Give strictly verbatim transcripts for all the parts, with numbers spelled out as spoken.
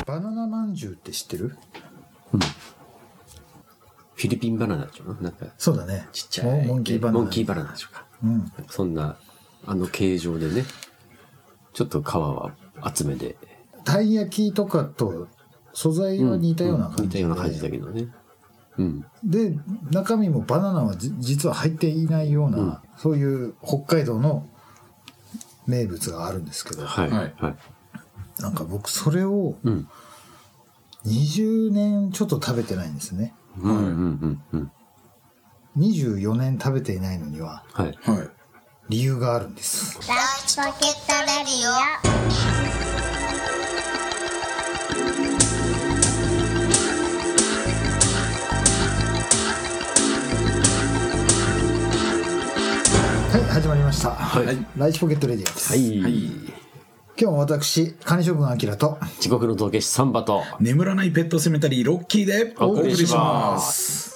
バナナまんじゅうって知ってる？ うん。フィリピンバナナでしょ？なんかそうだね。 ちっちゃいモンキーバナナ。 モンキーバナナでしょうか。 うん。 そんなあの形状でね、ちょっと皮は厚めで。 たい焼きとかと素材は似たような感じで、うんうん、 似たような感じだけどね。うん。で中身もバナナは実は入っていないような、うん、そういう北海道の名物があるんですけど、 はいはい。 なんか僕それをにじゅうねんちょっと食べてないんですね。 うんうんうんうん。 にじゅうよねん食べていないのには、 はい、 理由があるんです。 ラジポケットレディオ。 はい、始まりました。 はい、 ライチポケットレディオです。 はい。はい、 今日も私、管理職軍アキラと地獄の道化師サンバと眠らないペットセメタリーロッキーでお送りします。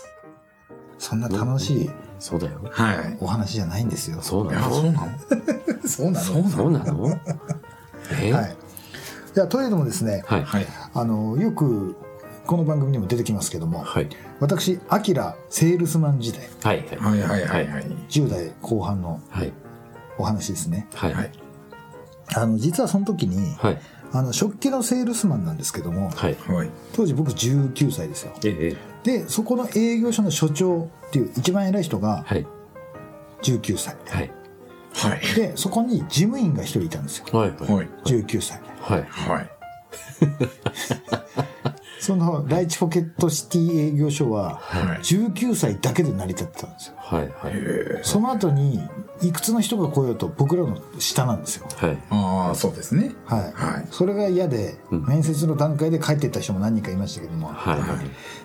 そんな楽しい、 そうだよ。 はい。 お話じゃないんですよ。 そうなの？ そうなの？ そうなの？ そうなの？えー、 はい。じゃあとりあえずもですね、 はい、 あのよくこの番組にも出てきますけども、 はい、 私アキラセールスマン時代、 はいはいはいはいはい、 じゅう代後半のお話ですね。 はいはい。 あの実はその時に、 はい、 あの食器のセールスマンなんですけども、 はい、 当時僕じゅうきゅうさいですよ。 ええ、 でそこの営業所の所長っていう一番偉い人がじゅうきゅうさい、 はいはい、でそこに事務員が一人いたんですよ、 はいはい、 じゅうきゅうさい、 はいはいそのライチポケットシティ営業所はじゅうきゅうさいだけで成り立ってたんですよ。 はいはい、 その後にいくつの人が来ようと僕らの下なんですよ。 はい、 ああそうですね。 はい、はい、それが嫌で、うん、面接の段階で帰っていった人も何人かいましたけども、 はいはい、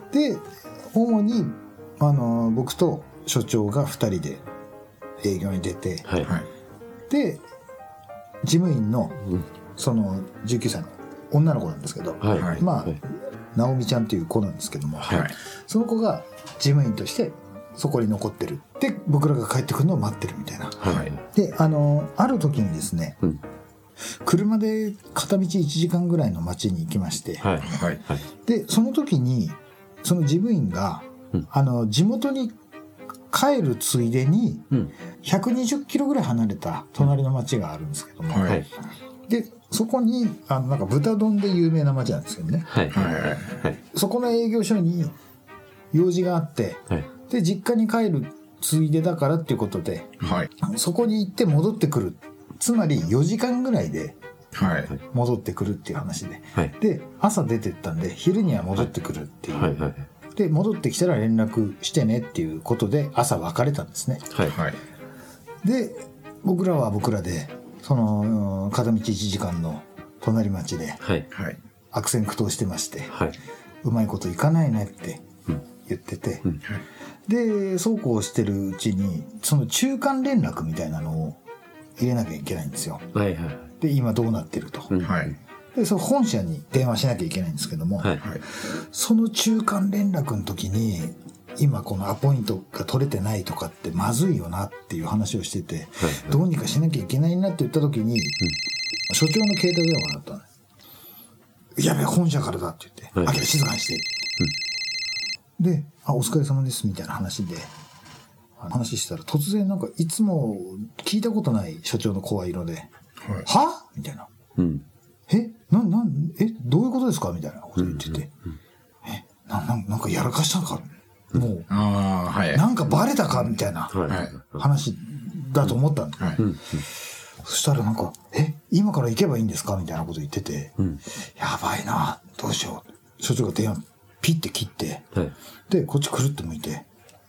で主にあの僕と所長がふたりで営業に出て、はい、で事務員のそのじゅうきゅうさいの女の子なんですけど、はい、まあ、はい、直美ちゃんっていう子なんですけども、はい、その子が事務員としてそこに残ってるで僕らが帰ってくるのを待ってるみたいな、はい、であのある時にですね、うん、車で片道いちじかんぐらいの街に行きまして、はいはい、でその時にその事務員が、うん、あの地元に帰るついでにひゃくにじゅっキロぐらい離れた隣の町があるんですけども、はい、でそこにあのなんか豚丼で有名な町なんですけどね、はいはいはい、そこの営業所に用事があって、はい、で実家に帰るついでだからっていうことで、はい、そこに行って戻ってくる、つまりよじかんぐらいで戻ってくるっていう話で、はい、で朝出てったんで昼には戻ってくるっていう、はいはいはい、で戻ってきたら連絡してねっていうことで朝別れたんですね、はいはい、で僕らは僕らでその片道いちじかんの隣町で悪戦苦闘してまして、はい、うまいこといかないねって言ってて、うん、でそうこうしてるうちにその中間連絡みたいなのを入れなきゃいけないんですよ、はいはい、で今どうなってると、うん、でその本社に電話しなきゃいけないんですけども、はいはい、その中間連絡の時に今このアポイントが取れてないとかってまずいよなっていう話をしてて、はいはい、どうにかしなきゃいけないなって言った時に、うん、所長の携帯電話があったの。やべえ本社からだって言って、はい、あきら静かにしてって言って、うん、であお疲れ様ですみたいな話で話したら突然なんかいつも聞いたことない所長の声色で、はい、はみたいな、うん、えななえどういうことですかみたいなこと言ってて、うんうん、えなななんかやらかしたのかもうあ、はい、なんかバレたかみたいな話だと思ったんだ、はいはい、そしたらなんかえ今から行けばいいんですかみたいなこと言ってて、うん、やばいなどうしよう所長が電話ピッて切って、はい、でこっちくるって向いて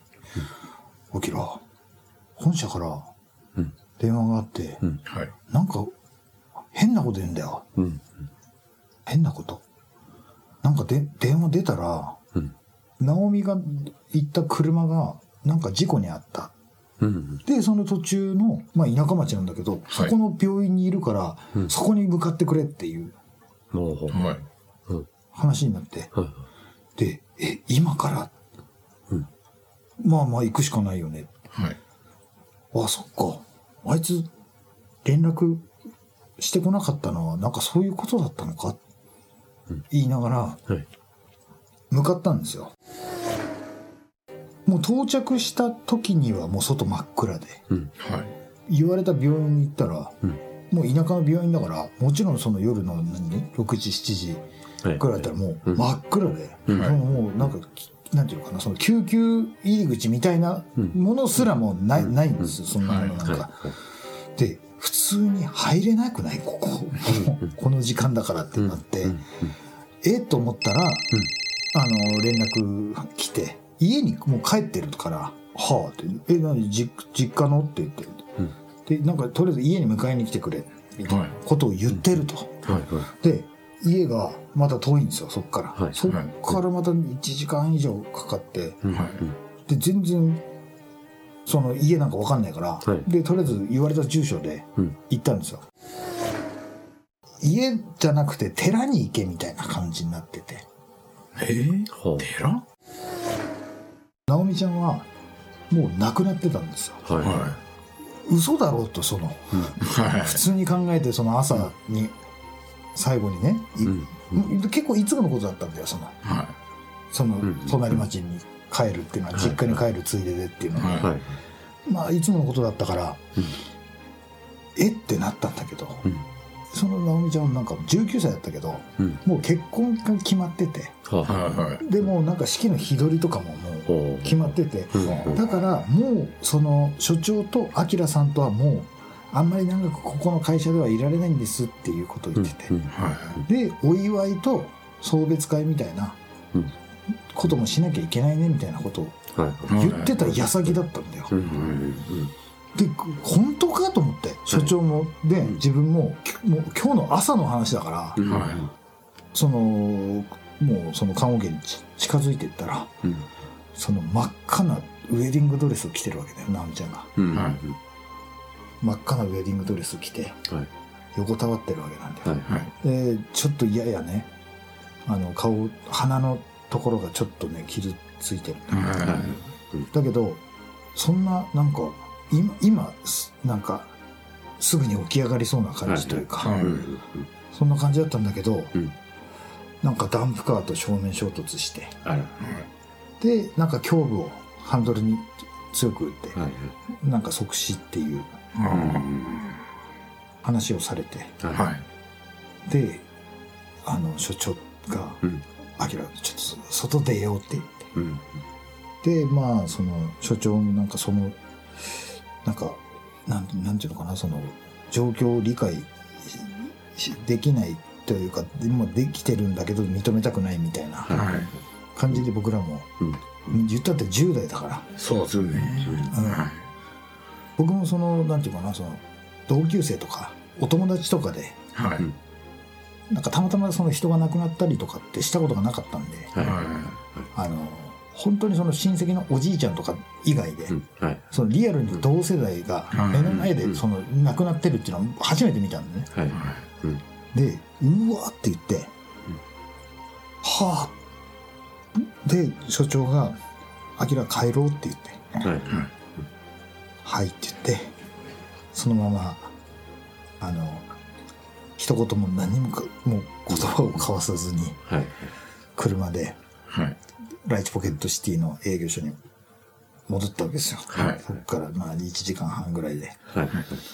「おきら本社から電話があって、うんはい、なんか変なこと言うんだよ、うん、変なことなんかで電話出たら、うん直美が行った車がなんか事故にあった、うんうん、でその途中の、まあ、田舎町なんだけど、はい、そこの病院にいるから、うん、そこに向かってくれっていう、はい、話になって、はい、でえ今から、うん、まあまあ行くしかないよね、はい、あそっかあいつ連絡してこなかったのはなんかそういうことだったのかっ言いながら、 はい。 向かったんですよ。もう到着した時にはもう外真っ暗で、 うん。 はい。 言われた病院に行ったら、 うん。 もう田舎の病院だから、もちろんその夜の何ろくじ、しちじはい。 くらいだったらもううん真っ暗で、 うんもうもうなんか、なんていうのかな、その救急入り口みたいなものすらもない、 うんないんですよ、そんなものなんか。 はい。はいで、普通に入れなくないここ。この時間だからってなって、 うん。 えと思ったら、あの、連絡来て、家にもう帰ってるから、はあって、え、何、実実家のって言って、 うんで、なんかとりあえず家に迎えに来てくれ、みたいなことを言ってると。 はい。はい。 で、家がまた遠いんですよ、そっから。 はいそっからまたいちじかん以上かかって、 うん。 はいで、全然、その家なんかわかんないから、 はいで、とりあえず言われた住所でうん。 行ったんですよ。家じゃなくて寺に行けみたいな感じになってて。 えー、 ほう。 寺？ 直美ちゃんはもう亡くなってたんですよ。 はい。はは嘘だろうと、その、 い。はい。 普通に考えてその朝に、最後にね、いうん。 結構いつものことだったんだよ、その、 はそのうん隣町に帰るっていうのは、 はい実家に帰るついででっていうのは、 はいはい。 まあいつものことだったから、 うんえってなったんだけど、 うん。 その直美ちゃんなんかじゅうきゅうさいだったけど、 うん。 もう結婚が決まってて、 はあ。 はい。はい。 でもうなんか式の日取りとかももうほう。 決まってて、 うん。 だからもうその所長と明さんとはもうあんまり長くここの会社ではいられないんですっていうことを言ってて、 うん。 はい。 でお祝いと送別会みたいなうんこともしなきゃいけないねみたいなことをはい。 言ってた矢先だったんだよ。 うん。うん。 で本当かと思って、所長もでうん自分ももう今日の朝の話だから、 うん。 はいそのもうその看護家にち近づいていったら、 うん。 その真っ赤なウェディングドレスを着てるわけだよ、直美ちゃんが。 うん。 はい真っ赤なウェディングドレスを着てはい。 横たわってるわけなんだよ。 はい。 はい。 でちょっと嫌やね、あの顔鼻のところがちょっとね傷ついてる、 はだけどそんななんか今今すなんかすぐに起き上がりそうな感じというか、 はいうん。 そんな感じだったんだけど、 うん。 なんかダンプカーと正面衝突して、 あら。 でなんか胸部をハンドルに強く打って、 はい。 なんか即死っていうい。は話をされて、 い。はい。 であの所長がうん。 「あきらちょっと外出よう」って言ってうん。 でまあその所長もなんかそのなんかなんなんていうのかな、その状況を理解しできないというか、でもできてるんだけど認めたくないみたいなはい。 はい。 感じで僕らも、言ったってじゅう代だから、 そうですよね。 うんはい。 僕もそのなんていうかな、その同級生とかお友達とかではい。 なんかたまたまその人が亡くなったりとかってしたことがなかったんで、 はい。 はあの本当にその親戚のおじいちゃんとか以外で、 うん。はい。 そのリアルに同世代が目の前でその亡くなってるっていうのは初めて見たんでね。 はい。うん。 で、うわーって言って、はあ。で、所長が、あきら帰ろうって言って、 はい。 はいって言って、そのまま、あの、一言も何もかもう言葉を交わさずに、 はい。 車ではい。 ライチポケットシティの営業所に戻ったわけですよ。 はいそこからまあいちじかんはんぐらいで。 はい。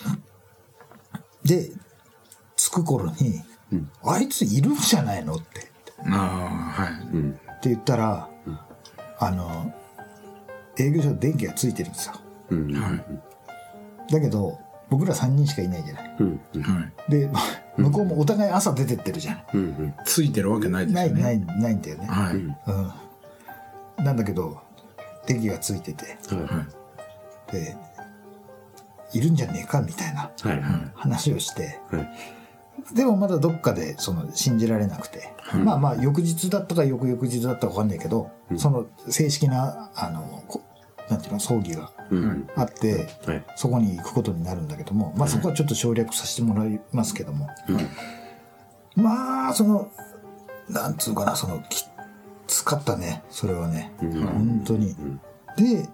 で、着く頃に、 うんあいついるんじゃないのって。 ああ、はい。 うん。 って言ったら、あの、営業所電気がついてるんですよ。 うん。 はい。 だけど、僕らさんにんしかいないじゃない。 うん。 はい。 で、向こうもお互い朝出てってるじゃない。 うん。 ついてるわけないですない、 よね。 ない、ないんだよね。 はい。 うん。なんだけど、電気がついてて、 はで、いるんじゃねえかみたいない。はい。 話をして、 はい。 でもまだどっかでその信じられなくて、まあまあ翌日だったか翌々日だったかわかんないけど、その正式な、あの、こなんていうの、葬儀がうん。 あって、 はい。 そこに行くことになるんだけども、まあそこはちょっと省略させてもらいますけども、まあ、その、なんつうかな、その、きつかったね、それはね。本当に。で、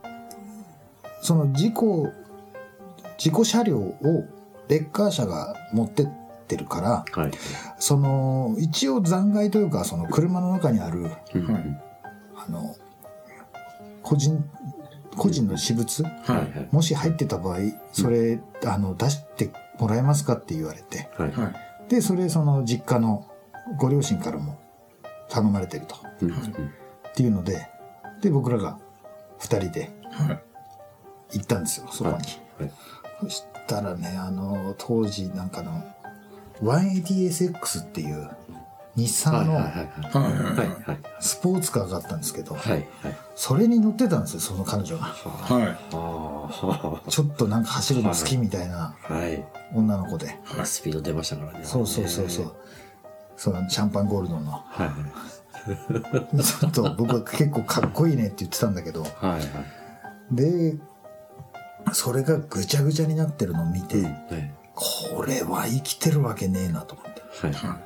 その事故、事故車両をレッカー車が持ってっってるから、 はい、 その一応残骸というかその車の中にある、うん、あの個人個人の私物、はいはい、もし入ってた場合それ、うん、あの出してもらえますかって言われて、はい、でそれその実家のご両親からも頼まれてると、うん、っていうのでで僕らがふたりで行ったんですよ、そこに、はいはい、そしたらねあの当時なんかの ひゃくはちじゅうエスエックス っていう日産のスポーツカーがあったんですけど、はいはい、それに乗ってたんですよその彼女が、はい、ちょっとなんか走るの好きみたいな女の子で、はいはい、スピード出ましたからね。 そうそうそうそう、そうシャンパンゴールドの、はい、ちょっと僕は結構かっこいいねって言ってたんだけど、はいはい、でそれがぐちゃぐちゃになってるのを見て、うんはい、これは生きてるわけねえなと思って、はいはい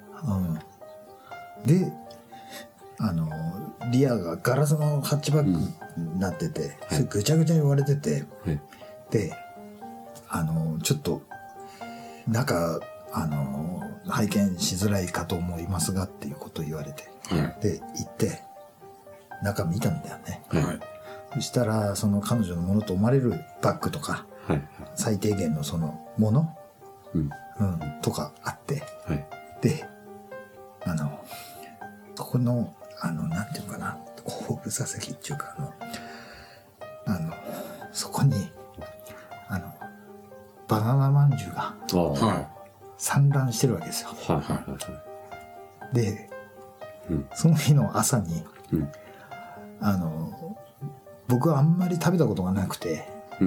うん、であのリアがガラスのハッチバックになってて、うん、それぐちゃぐちゃに割れてて、はい、であのちょっと中あの拝見しづらいかと思いますがっていうことを言われて、はい、で行って中見たんだよね、はい、そしたらその彼女のものと思われるバッグとか、はい、最低限のそのもの、うんうん、とかあって、はい、であのここのあのなんていうかな後部座席っていうかあのあのそこにあのバナナまんじゅうが散乱してるわけですよ、はいはいはい、で、うん、その日の朝に、うん、あの僕はあんまり食べたことがなくて、うん、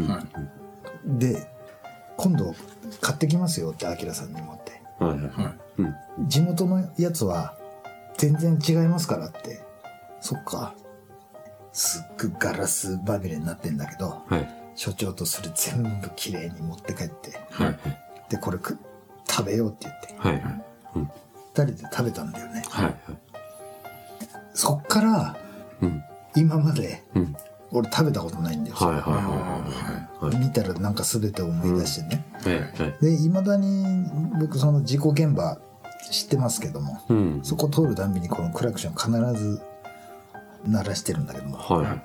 で今度買ってきますよってアキラさんに持って、はいはいはいうん、地元のやつは全然違いますからって。そっかすっごいガラスまみれになってんだけど、はい、所長とそれ全部きれいに持って帰って、はい、でこれ食べようって言って、はいはいうん、ふたりで食べたんだよね、はいはい、そっから、うん、今まで、うん、俺食べたことないんだよ、はいはいはいはい、見たらなんか全て思い出してね、うんはいはい、で未だに僕その事故現場知ってますけども、うん、そこ通るたんびにこのクラクション必ず鳴らしてるんだけども、はい、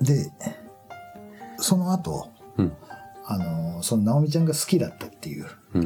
でその後、うん、あのその直美ちゃんが好きだったっていう、うん、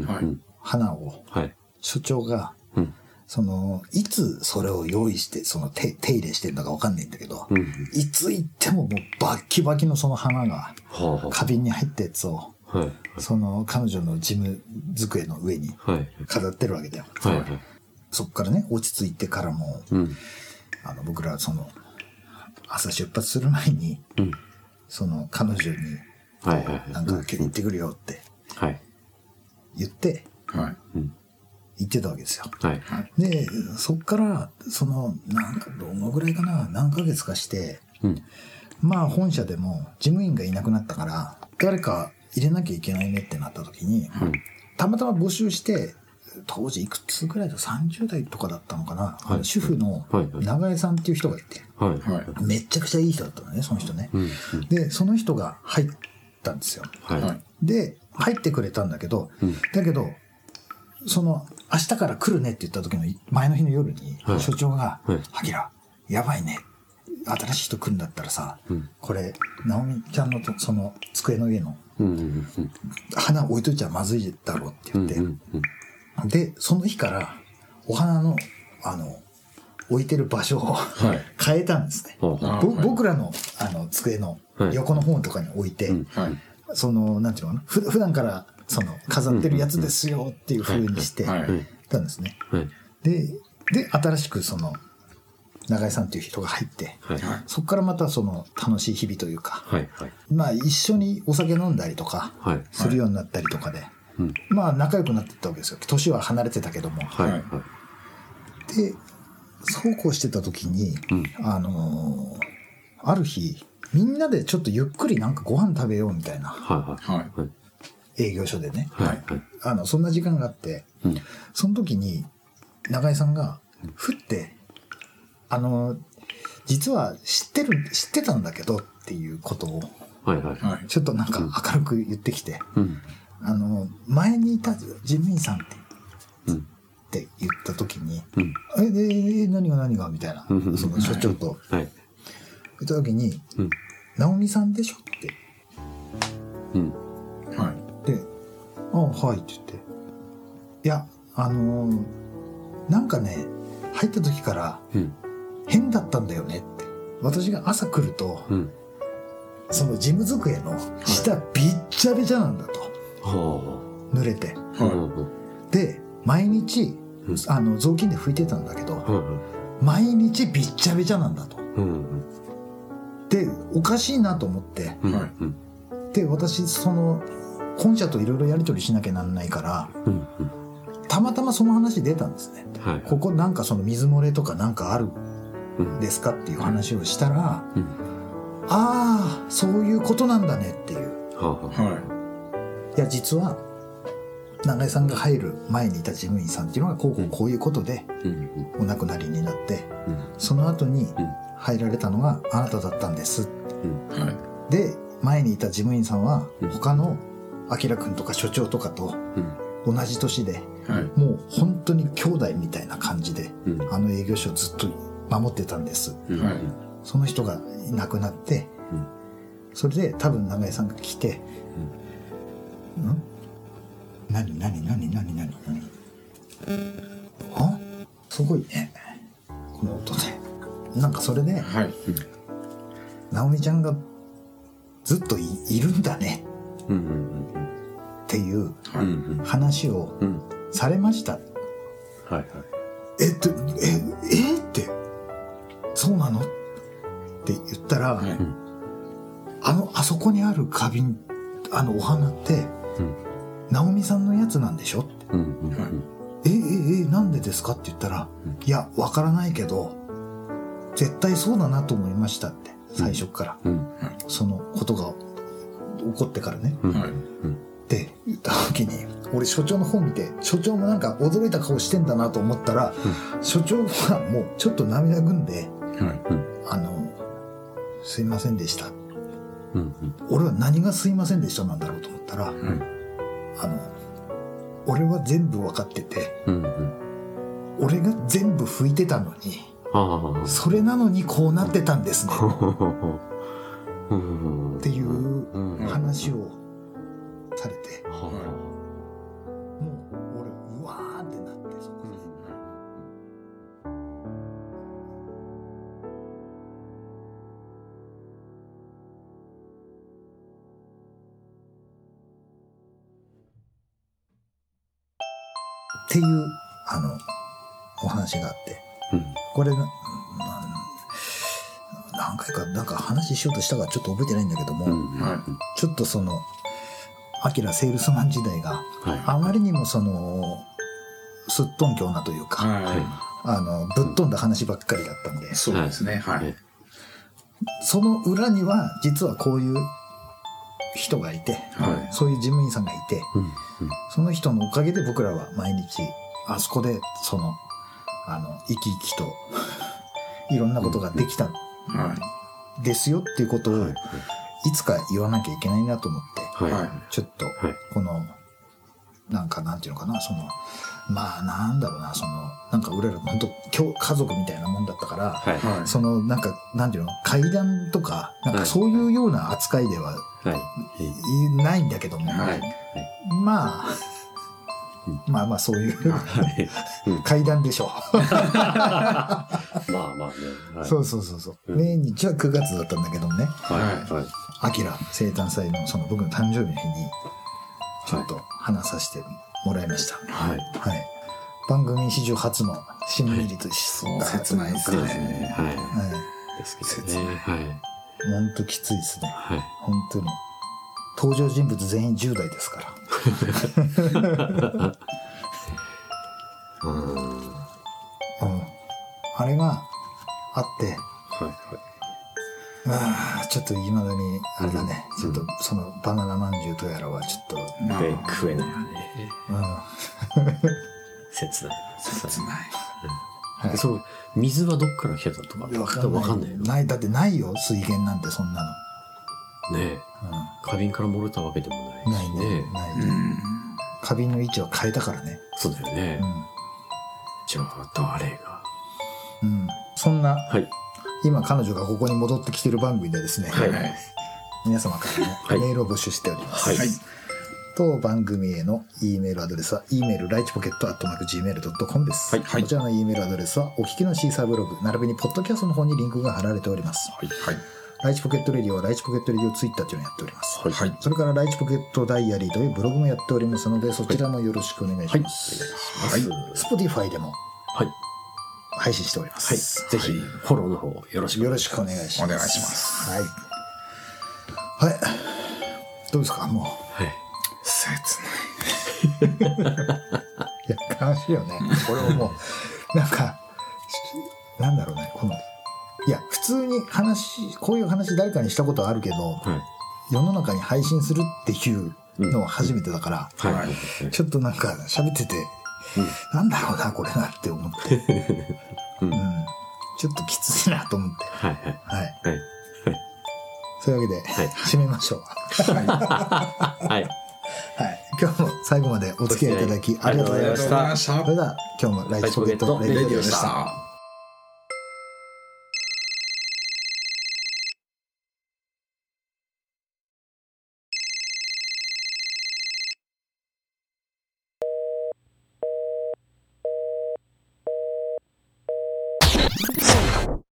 花を、はい、所長が、うん、そのいつそれを用意してその 手, 手入れしてるのか分かんないんだけど、うん、いつ行ってももうバッキバキのその花が花瓶に入ったやつを、はい、その彼女の事務机の上に飾ってるわけだよ、はいはい、そっからね落ち着いてからも、うん、あの僕らその朝出発する前に、うん、その彼女になんか行ってくるよって言って、はい、行ってたわけですよ、はい、でそっからそのなんかどのぐらいかな何ヶ月かして、うん、まあ本社でも事務員がいなくなったから誰か入れなきゃいけないねってなった時に、うん、たまたま募集して当時いくつぐらいださんじゅう代とかだったのかな、はい、主婦の長江さんっていう人がいて、はいはい、めちゃくちゃいい人だったのねその人ね、うんうん、でその人が入ったんですよ、はい、で入ってくれたんだけど、うん、だけどその明日から来るねって言った時の前の日の夜に、はい、所長が「あきらやばいね新しい人来るんだったらさ、うん、これ直美ちゃんのその机の上の花置いといちゃまずいだろう」って言って、うんうんうん、でその日からお花のあの置いてる場所を、はい、変えたんですね、はい、僕らのあの机の横の方とかに置いて、はい、そのなんていうのかなふ普段からその飾ってるやつですよっていう風にしてたんですね、はいはい、でで新しくその長井さんっていう人が入って、はい、そこからまたその楽しい日々というか、はいはい、まあ一緒にお酒飲んだりとかするようになったりとかで、はいはい、まあ仲良くなっていったわけですよ。年は離れてたけども、はいはい、でそうこうしてた時に、うん、あのー、ある日みんなでちょっとゆっくりなんかご飯食べようみたいな、はいはい、営業所でね、はいはい、あのそんな時間があって、うん、その時に長井さんがふってあの実は知ってる知ってたんだけどっていうことをちょっとなんか明るく言ってきて、うん、あの前にいた事務員さんってって言った時にうん、 え、え、え、何が何がみたいな、その所長とはい。 言った時に、 うん。 直美さんでしょってうん。 はい。 で、あ、はいって言って、いや、あのー、なんかね、入った時からうん。 変だったんだよねって。私が朝来ると、 うん。 その事務机の下びっちゃびちゃなんだと。 は濡れて。 あ。 はで、毎日うん、 あの、雑巾で拭いてたんだけど、 うん。 毎日びっちゃびちゃなんだと。 うん。 で、おかしいなと思って、 うん。 はいうん。 で、私、その、本社といろいろやり取りしなきゃなんないから、 うん。 たまたまその話出たんですね。 はい。 ここなんかその水漏れとかなんかあるうんんですかっていう話をしたら、 うん。 ああ、そういうことなんだねっていう。 はあ。 はいや、実は、長井さんが入る前にいた事務員さんっていうのが、こうこうこういうことで、 うん。 お亡くなりになって、 うん。 その後にうん。 入られたのがあなただったんです。 うん。 はいで、前にいた事務員さんはうん、 他の明君とか所長とかとうん。 同じ年で、 はいもう本当に兄弟みたいな感じで、 うん。 あの営業所をずっと守ってたんです。 うん。 はいその人がいなくなって、 うん。 それで多分長井さんが来て、ん何何何何何何あすごいね。この音で。なんかそれで、 はい直美ちゃんがずっと い, いるんだねうん。うん。 っていううん。うん。 話をうん。 されました。 はいはい。 えっと、え、えって、そうなのって言ったら、 はいあの、あそこにある花瓶、あのお花って、 うん。 直美さんのやつなんでしょって。 うん。うん。 え、え、え、なんでですかって言ったら、 うんいや、わからないけど、絶対そうだなと思いましたって、最初から。 うん。 そのことが起こってからね。 うん。 はいうん。 って言った時に、俺所長の方見て、所長もなんか驚いた顔してんだなと思ったら、所長がもうちょっと涙ぐんで、 はいあの、すいませんでした。 うん。うん。 俺は何がすいませんでしたなんだろうと思ったら、 はいあの、俺は全部分かってて、 うん。うん。 俺が全部拭いてたのに、 ああ。 それなのにこうなってたんですね。 うん。 っていううん。は話をされて、 あ。 もう俺、うわーってなって、そこで。っていう、あの、お話があって、 うん。 これな、な何回かなんか話しようとしたかちょっと覚えてないんだけども、 うん。 はちょっとその、アキラセールスマン時代がはい。 あまりにもその、すっとんきょうなというか、 はあの、ぶっ飛んだ話ばっかりだったんでい、そうですねははいいその裏には実はこういう人がいて、 はいそういう事務員さんがいて、 うん。 その人のおかげで僕らは毎日、あそこで、その、あの、生き生きと、いろんなことができたんはいですよっていうことを、 はい。 いつか言わなきゃいけないなと思って、 はい。 はいちょっとはい。 このなんかなんていうのかなそのまあなんだろうなそのなんか俺ら本当今日家族みたいなもんだったから、 はい。 はいそのなんかなんていうの階段とかなんかそういうような扱いでははい。 いないんだけども、 はいまあまあまあそういうはい。うん。 階段でしょまあまあね。はい。 そうそうそうそう、 うん命日はくがつだったんだけどもねはい。はい。 アキラ生誕祭のその僕の誕生日の日にちょっと話させてもらいました。 はい。 はい。番組史上初のしんみりとしそう切ないですそうねですね。はい。 はい。 ですけどね。はい。 ほんときついですね。 はい。 本当に。登場人物全員じゅう代ですから。 うん。 うん。あれがあって、 はい。はい。 ああ、ちょっといまだに、あれだね、 うんちょっとそのバナナまんじゅうとやらはちょっと、 まあで、食えないよね。 うん。 切ない。 切ないはいその、水はどっから来てたとか、 わかんない。 わかんないよ。ねない、だってないよ、水源なんてそんなえ。 の。 花瓶から漏れたわけでもないしうん。ないね。 ね。 ない。 うん花瓶の位置を変えたからね。 そうだよね。じゃあ誰が、 うん、そんな、 はい、 今彼女がここに戻ってきてる番組でですね、 はいはい、 皆様からのメールを募集しております、はい、と番組への E メールアドレスは E メールライチポケットアットマーク ジーメールドットコム です、はい、こちらの E メールアドレスはお聞きのシーサーブログ並びにポッドキャストの方にリンクが貼られております、はいはい、ライチポケットレディオはライチポケットレディオツイッターというのをやっております、はい、それからライチポケットダイアリーというブログもやっておりますのでそちらもよろしくお願いします、はいはい、Spotify でも配信しております、 はい、ぜひフォローの方よろしくよろしくお願いします。 お願いします。 はい。はい。どうですかもう。はい。 切ない。 いや悲しいよね。これももうなんかなんだろうねこのいや普通に話こういう話誰かにしたことあるけど、はい、世の中に配信するっていうのは初めてだから、うんはい、ちょっとなんか喋ってて。うん、なんだろうなこれなって思って、うんうん、ちょっときついなと思ってはいはいはい、はい、そういうわけで、はい、締めましょうはい、はいはい、今日も最後までお付き合いいただきありがとうございました。それでは今日もライチポケットレディオでした。